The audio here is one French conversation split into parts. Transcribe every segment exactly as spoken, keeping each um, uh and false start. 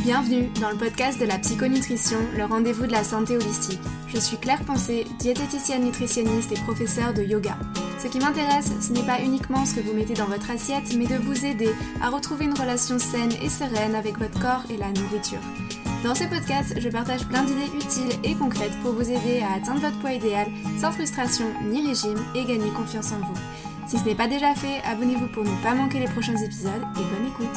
Bienvenue dans le podcast de la psychonutrition, le rendez-vous de la santé holistique. Je suis Claire Pensée, diététicienne nutritionniste et professeure de yoga. Ce qui m'intéresse, ce n'est pas uniquement ce que vous mettez dans votre assiette, mais de vous aider à retrouver une relation saine et sereine avec votre corps et la nourriture. Dans ce podcast, je partage plein d'idées utiles et concrètes pour vous aider à atteindre votre poids idéal sans frustration ni régime et gagner confiance en vous. Si ce n'est pas déjà fait, abonnez-vous pour ne pas manquer les prochains épisodes et bonne écoute.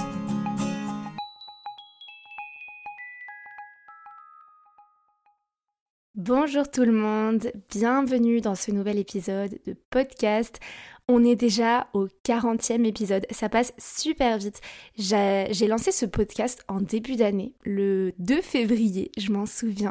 Bonjour tout le monde, bienvenue dans ce nouvel épisode de podcast. On est déjà au quarantième épisode, ça passe super vite. J'ai, j'ai lancé ce podcast en début d'année, le deux février, je m'en souviens.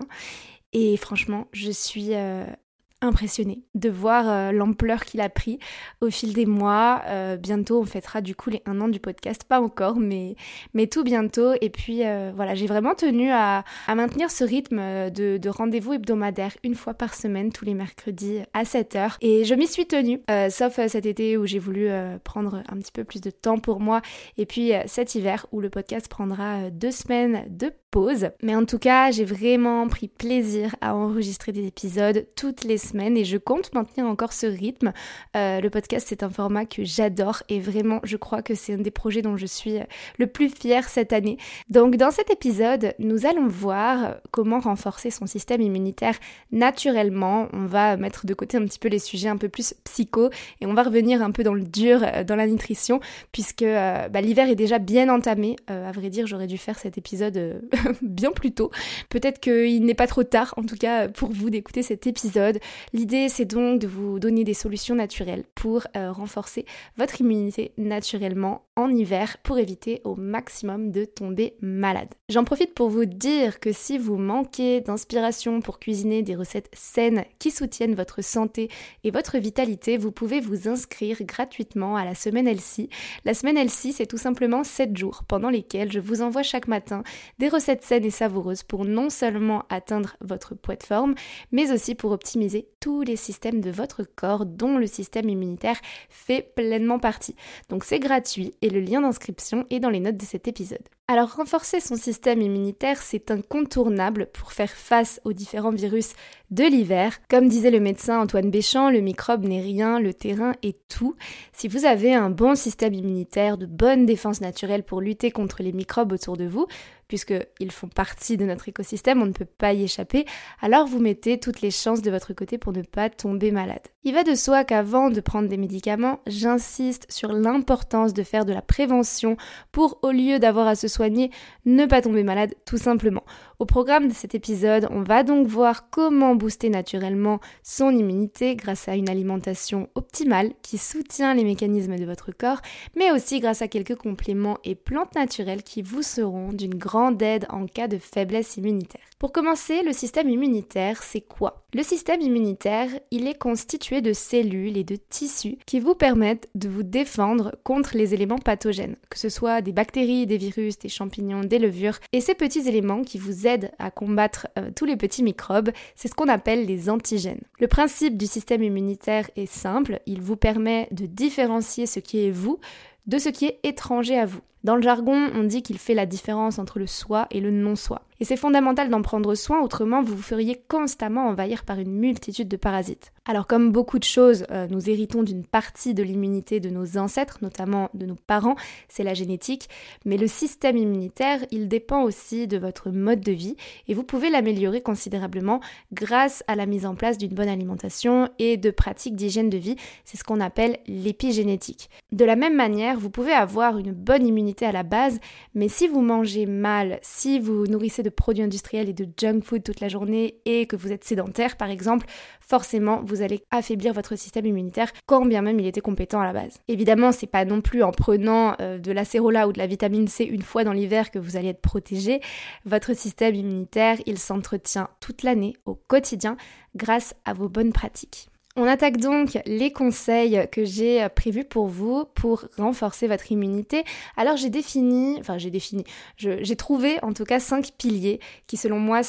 Et franchement, je suis euh, impressionnée de voir euh, l'ampleur qu'il a pris au fil des mois. Euh, bientôt, on fêtera du coup les un an du podcast, pas encore, mais, mais tout bientôt. Et puis euh, voilà, j'ai vraiment tenu à, à maintenir ce rythme de, de rendez-vous hebdomadaire une fois par semaine, tous les mercredis à sept heures. Et je m'y suis tenue, euh, sauf euh, cet été où j'ai voulu euh, prendre un petit peu plus de temps pour moi. Et puis euh, cet hiver où le podcast prendra euh, deux semaines de pause. Mais en tout cas, j'ai vraiment pris plaisir à enregistrer des épisodes toutes les semaines et je compte maintenir encore ce rythme. Euh, le podcast, c'est un format que j'adore et vraiment, je crois que c'est un des projets dont je suis le plus fière cette année. Donc, dans cet épisode, nous allons voir comment renforcer son système immunitaire naturellement. On va mettre de côté un petit peu les sujets un peu plus psycho et on va revenir un peu dans le dur, dans la nutrition, puisque euh, bah, l'hiver est déjà bien entamé. Euh, à vrai dire, j'aurais dû faire cet épisode euh, bien plus tôt. Peut-être qu'il n'est pas trop tard, en tout cas pour vous, d'écouter cet épisode. L'idée, c'est donc de vous donner des solutions naturelles pour euh, renforcer votre immunité naturellement en hiver pour éviter au maximum de tomber malade. J'en profite pour vous dire que si vous manquez d'inspiration pour cuisiner des recettes saines qui soutiennent votre santé et votre vitalité, vous pouvez vous inscrire gratuitement à la semaine Healthy. La semaine Healthy, c'est tout simplement sept jours pendant lesquels je vous envoie chaque matin des recettes saines et savoureuses pour non seulement atteindre votre poids de forme, mais aussi pour optimiser tous les systèmes de votre corps dont le système immunitaire fait pleinement partie. Donc c'est gratuit et le lien d'inscription est dans les notes de cet épisode. Alors renforcer son système immunitaire, c'est incontournable pour faire face aux différents virus de l'hiver. Comme disait le médecin Antoine Béchamp, le microbe n'est rien, le terrain est tout. Si vous avez un bon système immunitaire, de bonnes défenses naturelles pour lutter contre les microbes autour de vous, puisqu'ils font partie de notre écosystème, on ne peut pas y échapper, alors vous mettez toutes les chances de votre côté pour ne pas tomber malade. Il va de soi qu'avant de prendre des médicaments, j'insiste sur l'importance de faire de la prévention pour, au lieu d'avoir à se soigner, ne pas tomber malade tout simplement. Au programme de cet épisode, on va donc voir comment booster naturellement son immunité grâce à une alimentation optimale qui soutient les mécanismes de votre corps, mais aussi grâce à quelques compléments et plantes naturelles qui vous seront d'une grande aide en cas de faiblesse immunitaire. Pour commencer, le système immunitaire, c'est quoi ? Le système immunitaire, il est constitué de cellules et de tissus qui vous permettent de vous défendre contre les éléments pathogènes, que ce soit des bactéries, des virus, des champignons, des levures. Et ces petits éléments qui vous aident à combattre euh, tous les petits microbes, c'est ce qu'on appelle les antigènes. Le principe du système immunitaire est simple, il vous permet de différencier ce qui est vous de ce qui est étranger à vous. Dans le jargon, on dit qu'il fait la différence entre le soi et le non-soi. Et c'est fondamental d'en prendre soin, autrement vous vous feriez constamment envahir par une multitude de parasites. Alors comme beaucoup de choses, euh, nous héritons d'une partie de l'immunité de nos ancêtres, notamment de nos parents, c'est la génétique, mais le système immunitaire, il dépend aussi de votre mode de vie et vous pouvez l'améliorer considérablement grâce à la mise en place d'une bonne alimentation et de pratiques d'hygiène de vie, c'est ce qu'on appelle l'épigénétique. De la même manière, vous pouvez avoir une bonne immunité à la base, mais si vous mangez mal, si vous nourrissez de produits industriels et de junk food toute la journée et que vous êtes sédentaire par exemple, forcément vous allez affaiblir votre système immunitaire quand bien même il était compétent à la base. Évidemment, c'est pas non plus en prenant euh, de l'acérola ou de la vitamine C une fois dans l'hiver que vous allez être protégé. Votre système immunitaire, il s'entretient toute l'année, au quotidien, grâce à vos bonnes pratiques. On attaque donc les conseils que j'ai prévus pour vous pour renforcer votre immunité. Alors j'ai défini, enfin j'ai défini, je, j'ai trouvé en tout cas cinq piliers qui selon moi sont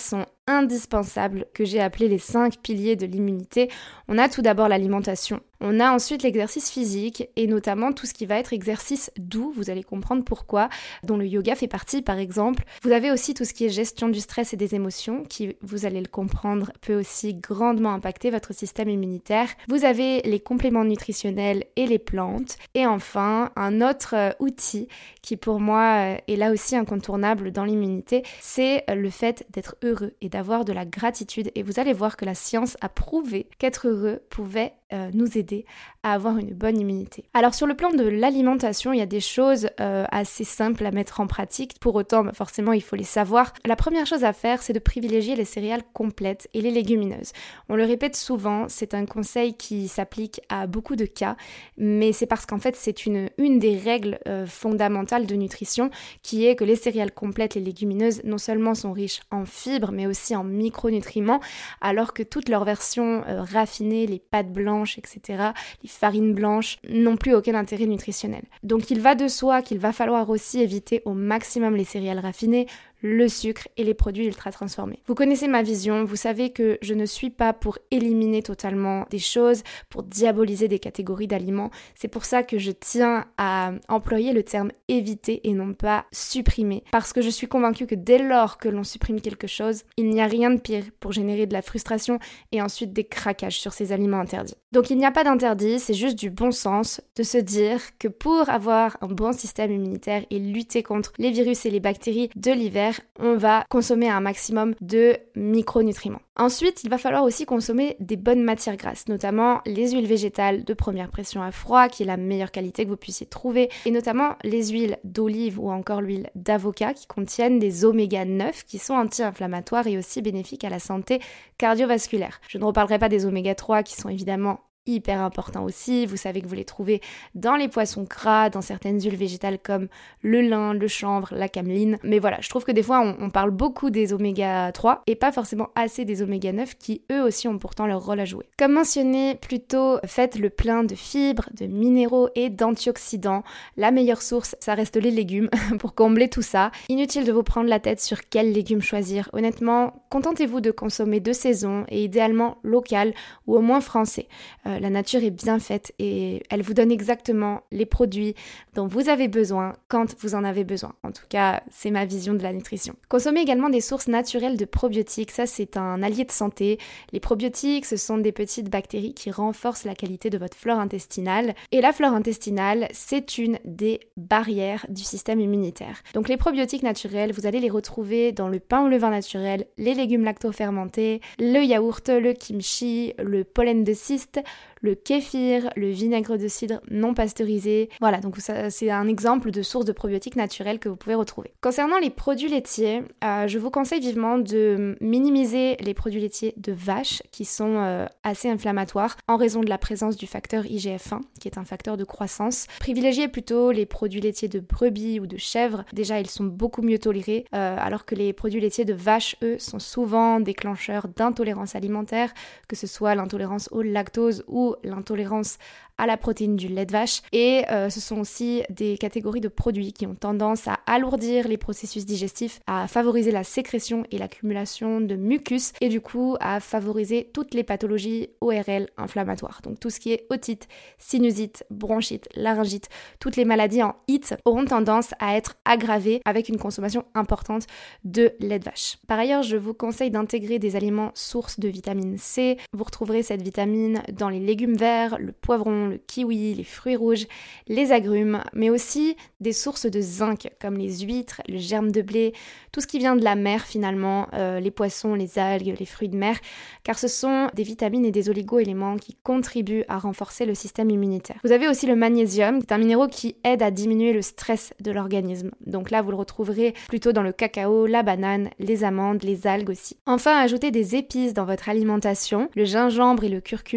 indispensables que j'ai appelés les cinq piliers de l'immunité. On a tout d'abord l'alimentation. On a ensuite l'exercice physique et notamment tout ce qui va être exercice doux, vous allez comprendre pourquoi, dont le yoga fait partie par exemple. Vous avez aussi tout ce qui est gestion du stress et des émotions qui, vous allez le comprendre, peut aussi grandement impacter votre système immunitaire. Vous avez les compléments nutritionnels et les plantes. Et enfin, un autre euh, outil qui pour moi euh, est là aussi incontournable dans l'immunité, c'est euh, le fait d'être heureux et d'avoir de la gratitude. Et vous allez voir que la science a prouvé qu'être heureux pouvait euh, nous aider à avoir une bonne immunité. Alors sur le plan de l'alimentation, il y a des choses euh, assez simples à mettre en pratique. Pour autant, bah, forcément, il faut les savoir. La première chose à faire, c'est de privilégier les céréales complètes et les légumineuses. On le répète souvent, c'est un conseil qui s'applique à beaucoup de cas, mais c'est parce qu'en fait, c'est une, une des règles euh, fondamentales de nutrition qui est que les céréales complètes, les légumineuses, non seulement sont riches en fibres, mais aussi en micronutriments, alors que toutes leurs versions euh, raffinées, les pâtes blanches, et cetera, les farines blanches, n'ont plus aucun intérêt nutritionnel. Donc il va de soi qu'il va falloir aussi éviter au maximum les céréales raffinées, le sucre et les produits ultra transformés. Vous connaissez ma vision, vous savez que je ne suis pas pour éliminer totalement des choses, pour diaboliser des catégories d'aliments. C'est pour ça que je tiens à employer le terme éviter et non pas supprimer. Parce que je suis convaincue que dès lors que l'on supprime quelque chose, il n'y a rien de pire pour générer de la frustration et ensuite des craquages sur ces aliments interdits. Donc il n'y a pas d'interdit, c'est juste du bon sens de se dire que pour avoir un bon système immunitaire et lutter contre les virus et les bactéries de l'hiver, on va consommer un maximum de micronutriments. Ensuite, il va falloir aussi consommer des bonnes matières grasses, notamment les huiles végétales de première pression à froid, qui est la meilleure qualité que vous puissiez trouver, et notamment les huiles d'olive ou encore l'huile d'avocat qui contiennent des oméga neuf qui sont anti-inflammatoires et aussi bénéfiques à la santé cardiovasculaire. Je ne reparlerai pas des oméga trois qui sont évidemment hyper important aussi, vous savez que vous les trouvez dans les poissons gras, dans certaines huiles végétales comme le lin, le chanvre, la cameline, mais voilà, je trouve que des fois on, on parle beaucoup des oméga trois et pas forcément assez des oméga neuf qui eux aussi ont pourtant leur rôle à jouer. Comme mentionné plus tôt, faites le plein de fibres, de minéraux et d'antioxydants. La meilleure source, ça reste les légumes pour combler tout ça. Inutile de vous prendre la tête sur quels légumes choisir. Honnêtement, contentez-vous de consommer de saison et idéalement local ou au moins français. Euh, La nature est bien faite et elle vous donne exactement les produits dont vous avez besoin quand vous en avez besoin. En tout cas, c'est ma vision de la nutrition. Consommez également des sources naturelles de probiotiques, ça c'est un allié de santé. Les probiotiques, ce sont des petites bactéries qui renforcent la qualité de votre flore intestinale. Et la flore intestinale, c'est une des barrières du système immunitaire. Donc les probiotiques naturels, vous allez les retrouver dans le pain ou le vin naturel, les légumes lacto-fermentés, le yaourt, le kimchi, le pollen de cyste, le kéfir, le vinaigre de cidre non pasteurisé. Voilà, donc ça, c'est un exemple de source de probiotiques naturels que vous pouvez retrouver. Concernant les produits laitiers, euh, je vous conseille vivement de minimiser les produits laitiers de vache qui sont euh, assez inflammatoires en raison de la présence du facteur I G F un qui est un facteur de croissance. Privilégiez plutôt les produits laitiers de brebis ou de chèvres. Déjà, ils sont beaucoup mieux tolérés euh, alors que les produits laitiers de vache, eux, sont souvent déclencheurs d'intolérance alimentaire, que ce soit l'intolérance au lactose ou l'intolérance à la protéine du lait de vache. Et euh, ce sont aussi des catégories de produits qui ont tendance à alourdir les processus digestifs, à favoriser la sécrétion et l'accumulation de mucus et du coup à favoriser toutes les pathologies O R L inflammatoires. Donc tout ce qui est otite, sinusite, bronchite, laryngite, toutes les maladies en it auront tendance à être aggravées avec une consommation importante de lait de vache. Par ailleurs, je vous conseille d'intégrer des aliments sources de vitamine C. Vous retrouverez cette vitamine dans les légumes verts, le poivron, le kiwi, les fruits rouges, les agrumes, mais aussi des sources de zinc comme les huîtres, le germe de blé, tout ce qui vient de la mer finalement, euh, les poissons, les algues, les fruits de mer, car ce sont des vitamines et des oligo-éléments qui contribuent à renforcer le système immunitaire. Vous avez aussi le magnésium, c'est un minéraux qui aide à diminuer le stress de l'organisme. Donc là, vous le retrouverez plutôt dans le cacao, la banane, les amandes, les algues aussi. Enfin, ajoutez des épices dans votre alimentation. Le gingembre et le curcuma ont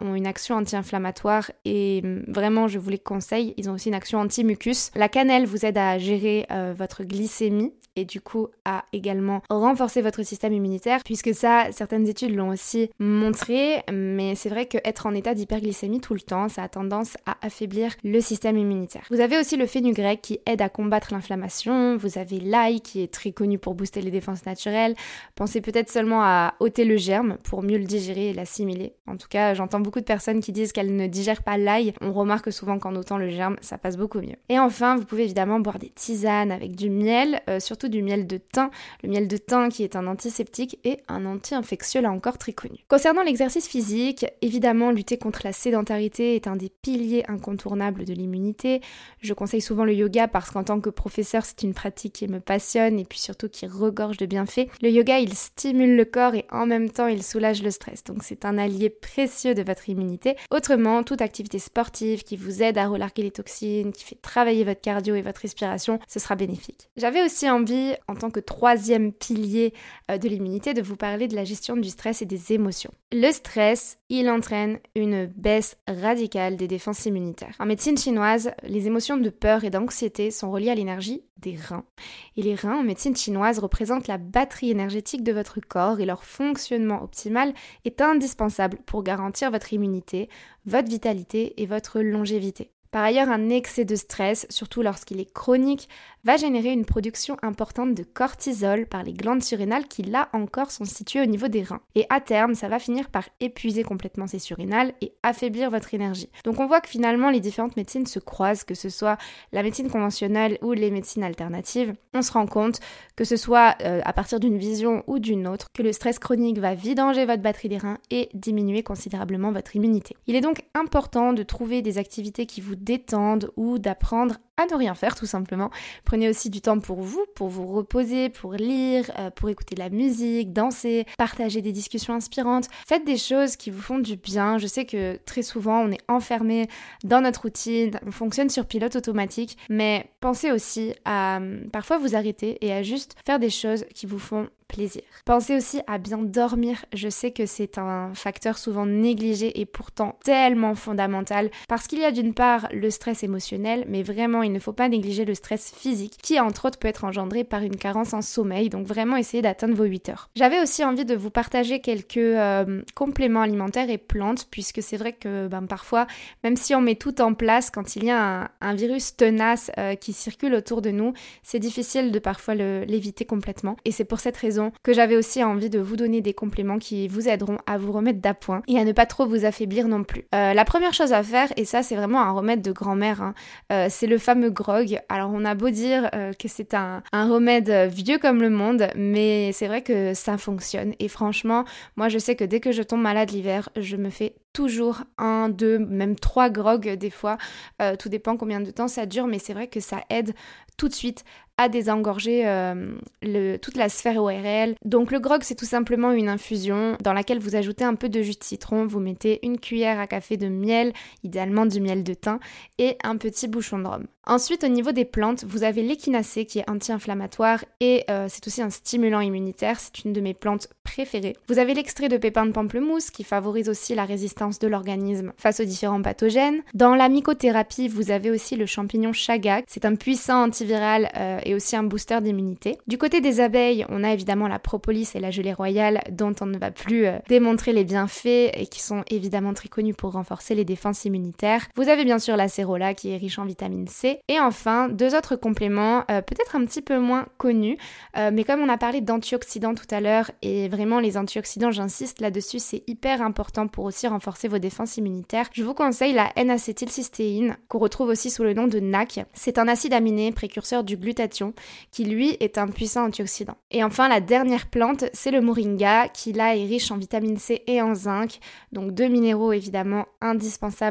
ont une action anti-inflammatoire et vraiment je vous les conseille, ils ont aussi une action anti-mucus. La cannelle vous aide à gérer euh, votre glycémie et du coup à également renforcer votre système immunitaire, puisque ça, certaines études l'ont aussi montré, mais c'est vrai qu'être en état d'hyperglycémie tout le temps, ça a tendance à affaiblir le système immunitaire. Vous avez aussi le fenugrec qui aide à combattre l'inflammation, vous avez l'ail qui est très connu pour booster les défenses naturelles, pensez peut-être seulement à ôter le germe pour mieux le digérer et l'assimiler. En tout cas, j'entends beaucoup de personnes qui disent qu'elles ne digèrent pas l'ail, on remarque souvent qu'en ôtant le germe, ça passe beaucoup mieux. Et enfin, vous pouvez évidemment boire des tisanes avec du miel, euh, surtout du miel de thym, le miel de thym qui est un antiseptique et un anti-infectieux là encore très connu. Concernant l'exercice physique, évidemment lutter contre la sédentarité est un des piliers incontournables de l'immunité. Je conseille souvent le yoga parce qu'en tant que professeur, c'est une pratique qui me passionne et puis surtout qui regorge de bienfaits. Le yoga, il stimule le corps et en même temps, il soulage le stress. Donc c'est un allié précieux de votre immunité. Autrement, toute activité sportive qui vous aide à relarguer les toxines, qui fait travailler votre cardio et votre respiration, ce sera bénéfique. J'avais aussi envie, en tant que troisième pilier de l'immunité, de vous parler de la gestion du stress et des émotions. Le stress, il entraîne une baisse radicale des défenses immunitaires. En médecine chinoise, les émotions de peur et d'anxiété sont reliées à l'énergie des reins. Et les reins, en médecine chinoise, représentent la batterie énergétique de votre corps et leur fonctionnement optimal est indispensable pour garantir votre immunité, votre vitalité et votre longévité. Par ailleurs, un excès de stress, surtout lorsqu'il est chronique, va générer une production importante de cortisol par les glandes surrénales qui, là encore, sont situées au niveau des reins. Et à terme, ça va finir par épuiser complètement ces surrénales et affaiblir votre énergie. Donc on voit que finalement, les différentes médecines se croisent, que ce soit la médecine conventionnelle ou les médecines alternatives. On se rend compte que ce soit euh, à partir d'une vision ou d'une autre, que le stress chronique va vidanger votre batterie des reins et diminuer considérablement votre immunité. Il est donc important de trouver des activités qui vous détendent ou d'apprendre à ne rien faire tout simplement. Prenez aussi du temps pour vous, pour vous reposer, pour lire, euh, pour écouter de la musique, danser, partager des discussions inspirantes. Faites des choses qui vous font du bien. Je sais que très souvent on est enfermé dans notre routine, on fonctionne sur pilote automatique, mais pensez aussi à euh, parfois vous arrêter et à juste faire des choses qui vous font plaisir. Pensez aussi à bien dormir. Je sais que c'est un facteur souvent négligé et pourtant tellement fondamental parce qu'il y a d'une part le stress émotionnel, mais vraiment il ne faut pas négliger le stress physique qui entre autres peut être engendré par une carence en sommeil, donc vraiment essayez d'atteindre vos huit heures. J'avais aussi envie de vous partager quelques euh, compléments alimentaires et plantes puisque c'est vrai que ben, parfois, même si on met tout en place, quand il y a un, un virus tenace euh, qui circule autour de nous, c'est difficile de parfois le, l'éviter complètement et c'est pour cette raison que j'avais aussi envie de vous donner des compléments qui vous aideront à vous remettre d'appoint et à ne pas trop vous affaiblir non plus. Euh, la première chose à faire, et ça c'est vraiment un remède de grand-mère, hein, euh, c'est le fameux grog. Alors on a beau dire euh, que c'est un, un remède vieux comme le monde, mais c'est vrai que ça fonctionne et franchement, moi je sais que dès que je tombe malade l'hiver, je me fais toujours un, deux, même trois grogs des fois, euh, tout dépend combien de temps ça dure, mais c'est vrai que ça aide tout de suite à désengorger euh, le, toute la sphère O R L. Donc le grog, c'est tout simplement une infusion dans laquelle vous ajoutez un peu de jus de citron, vous mettez une cuillère à café de miel, idéalement du miel de thym, et un petit bouchon de rhum. Ensuite, au niveau des plantes, vous avez l'échinacée qui est anti-inflammatoire et euh, c'est aussi un stimulant immunitaire, c'est une de mes plantes préférées. Vous avez l'extrait de pépins de pamplemousse qui favorise aussi la résistance de l'organisme face aux différents pathogènes. Dans la mycothérapie, vous avez aussi le champignon chaga, c'est un puissant antiviral euh, et aussi un booster d'immunité. Du côté des abeilles, on a évidemment la propolis et la gelée royale dont on ne va plus euh, démontrer les bienfaits et qui sont évidemment très connus pour renforcer les défenses immunitaires. Vous avez bien sûr la cérola qui est riche en vitamine C. Et enfin, deux autres compléments, euh, peut-être un petit peu moins connus, euh, mais comme on a parlé d'antioxydants tout à l'heure, et vraiment les antioxydants, j'insiste là-dessus, c'est hyper important pour aussi renforcer vos défenses immunitaires. Je vous conseille la N-acétylcystéine, qu'on retrouve aussi sous le nom de N A C. C'est un acide aminé précurseur du glutathion, qui lui est un puissant antioxydant. Et enfin, la dernière plante, c'est le moringa, qui là est riche en vitamine C et en zinc, donc deux minéraux évidemment indispensables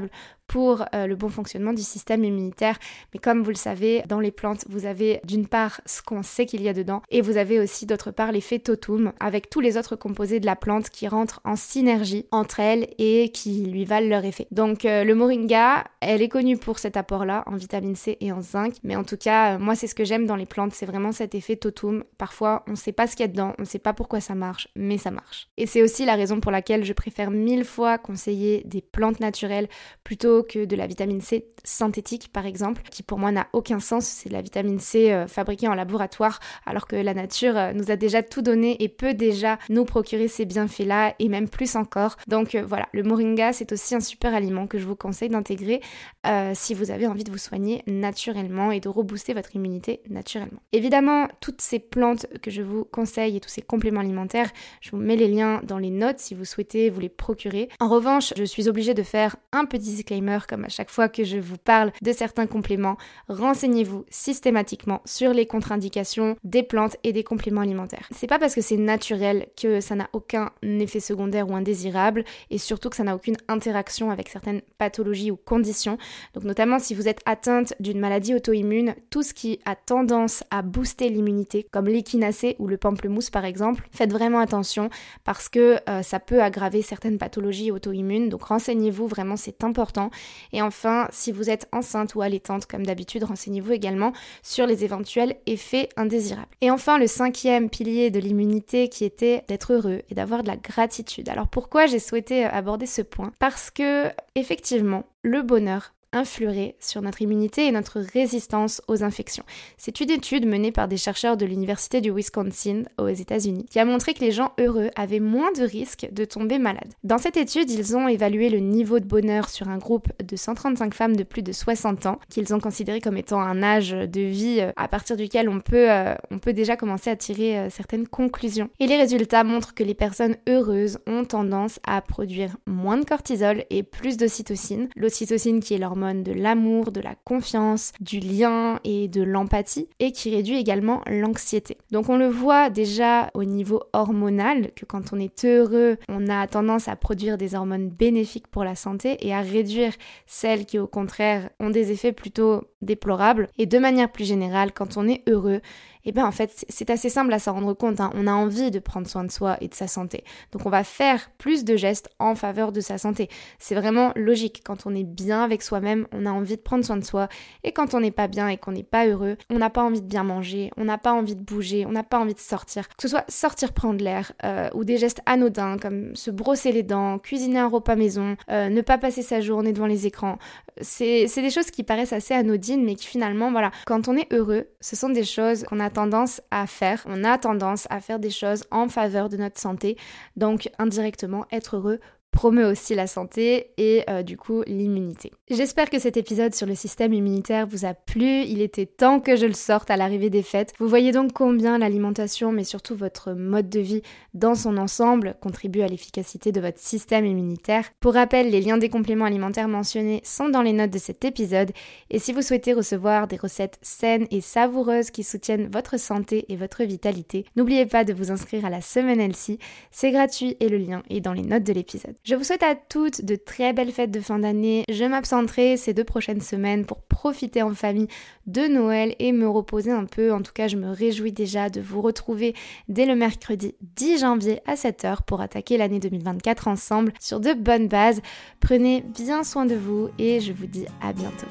pour euh, le bon fonctionnement du système immunitaire. Mais comme vous le savez, dans les plantes, vous avez d'une part ce qu'on sait qu'il y a dedans et vous avez aussi d'autre part l'effet totum avec tous les autres composés de la plante qui rentrent en synergie entre elles et qui lui valent leur effet. Donc euh, le moringa, elle est connue pour cet apport-là en vitamine C et en zinc, mais en tout cas, euh, moi c'est ce que j'aime dans les plantes, c'est vraiment cet effet totum. Parfois, on sait pas ce qu'il y a dedans, on sait pas pourquoi ça marche, mais ça marche. Et c'est aussi la raison pour laquelle je préfère mille fois conseiller des plantes naturelles plutôt que de la vitamine C synthétique par exemple, qui pour moi n'a aucun sens, c'est de la vitamine C euh, fabriquée en laboratoire, alors que la nature euh, nous a déjà tout donné et peut déjà nous procurer ces bienfaits-là et même plus encore. Donc euh, voilà, le moringa c'est aussi un super aliment que je vous conseille d'intégrer euh, si vous avez envie de vous soigner naturellement et de rebooster votre immunité naturellement. Évidemment, toutes ces plantes que je vous conseille et tous ces compléments alimentaires, je vous mets les liens dans les notes si vous souhaitez vous les procurer. En revanche, je suis obligée de faire un petit disclaimer comme à chaque fois que je vous parle de certains compléments. Renseignez-vous systématiquement sur les contre-indications des plantes et des compléments alimentaires. C'est pas parce que c'est naturel que ça n'a aucun effet secondaire ou indésirable et surtout que ça n'a aucune interaction avec certaines pathologies ou conditions. Donc notamment si vous êtes atteinte d'une maladie auto-immune, tout ce qui a tendance à booster l'immunité, comme l'échinacée ou le pamplemousse par exemple, faites vraiment attention parce que euh, ça peut aggraver certaines pathologies auto-immunes. Donc renseignez-vous, vraiment c'est important. Et enfin, si vous êtes enceinte ou allaitante comme d'habitude, renseignez-vous également sur les éventuels effets indésirables. Et enfin, le cinquième pilier de l'immunité qui était d'être heureux et d'avoir de la gratitude. Alors pourquoi j'ai souhaité aborder ce point ? Parce que effectivement, le bonheur influerait sur notre immunité et notre résistance aux infections. C'est une étude menée par des chercheurs de l'université du Wisconsin aux États-Unis qui a montré que les gens heureux avaient moins de risques de tomber malades. Dans cette étude, ils ont évalué le niveau de bonheur sur un groupe de cent trente-cinq femmes de plus de soixante ans qu'ils ont considéré comme étant un âge de vie à partir duquel on peut, euh, on peut déjà commencer à tirer euh, certaines conclusions. Et les résultats montrent que les personnes heureuses ont tendance à produire moins de cortisol et plus d'ocytocine. L'ocytocine qui est l'hormone de l'amour, de la confiance, du lien et de l'empathie et qui réduit également l'anxiété. Donc on le voit déjà au niveau hormonal que quand on est heureux, on a tendance à produire des hormones bénéfiques pour la santé et à réduire celles qui au contraire ont des effets plutôt déplorables. Et de manière plus générale, quand on est heureux, et bien en fait c'est assez simple à s'en rendre compte, hein. On a envie de prendre soin de soi et de sa santé. Donc on va faire plus de gestes en faveur de sa santé. C'est vraiment logique, quand on est bien avec soi-même, on a envie de prendre soin de soi. Et quand on n'est pas bien et qu'on n'est pas heureux, on n'a pas envie de bien manger, on n'a pas envie de bouger, on n'a pas envie de sortir. Que ce soit sortir prendre l'air euh, ou des gestes anodins comme se brosser les dents, cuisiner un repas maison, euh, ne pas passer sa journée devant les écrans. C'est, c'est des choses qui paraissent assez anodines mais qui finalement, voilà, quand on est heureux, ce sont des choses qu'on a tendance à faire. On a tendance à faire des choses en faveur de notre santé. Donc indirectement, être heureux promeut aussi la santé et euh, du coup l'immunité. J'espère que cet épisode sur le système immunitaire vous a plu. Il était temps que je le sorte à l'arrivée des fêtes. Vous voyez donc combien l'alimentation, mais surtout votre mode de vie dans son ensemble, contribue à l'efficacité de votre système immunitaire. Pour rappel, les liens des compléments alimentaires mentionnés sont dans les notes de cet épisode. Et si vous souhaitez recevoir des recettes saines et savoureuses qui soutiennent votre santé et votre vitalité, n'oubliez pas de vous inscrire à la semaine Healthy. C'est gratuit et le lien est dans les notes de l'épisode. Je vous souhaite à toutes de très belles fêtes de fin d'année. Je m'absenterai ces deux prochaines semaines pour profiter en famille de Noël et me reposer un peu. En tout cas, je me réjouis déjà de vous retrouver dès le mercredi dix janvier à sept heures pour attaquer l'année deux mille vingt-quatre ensemble sur de bonnes bases. Prenez bien soin de vous et je vous dis à bientôt.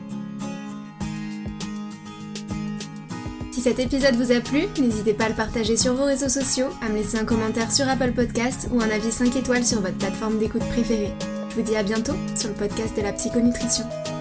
Si cet épisode vous a plu, n'hésitez pas à le partager sur vos réseaux sociaux, à me laisser un commentaire sur Apple Podcast ou un avis cinq étoiles sur votre plateforme d'écoute préférée. Je vous dis à bientôt sur le podcast de la psychonutrition.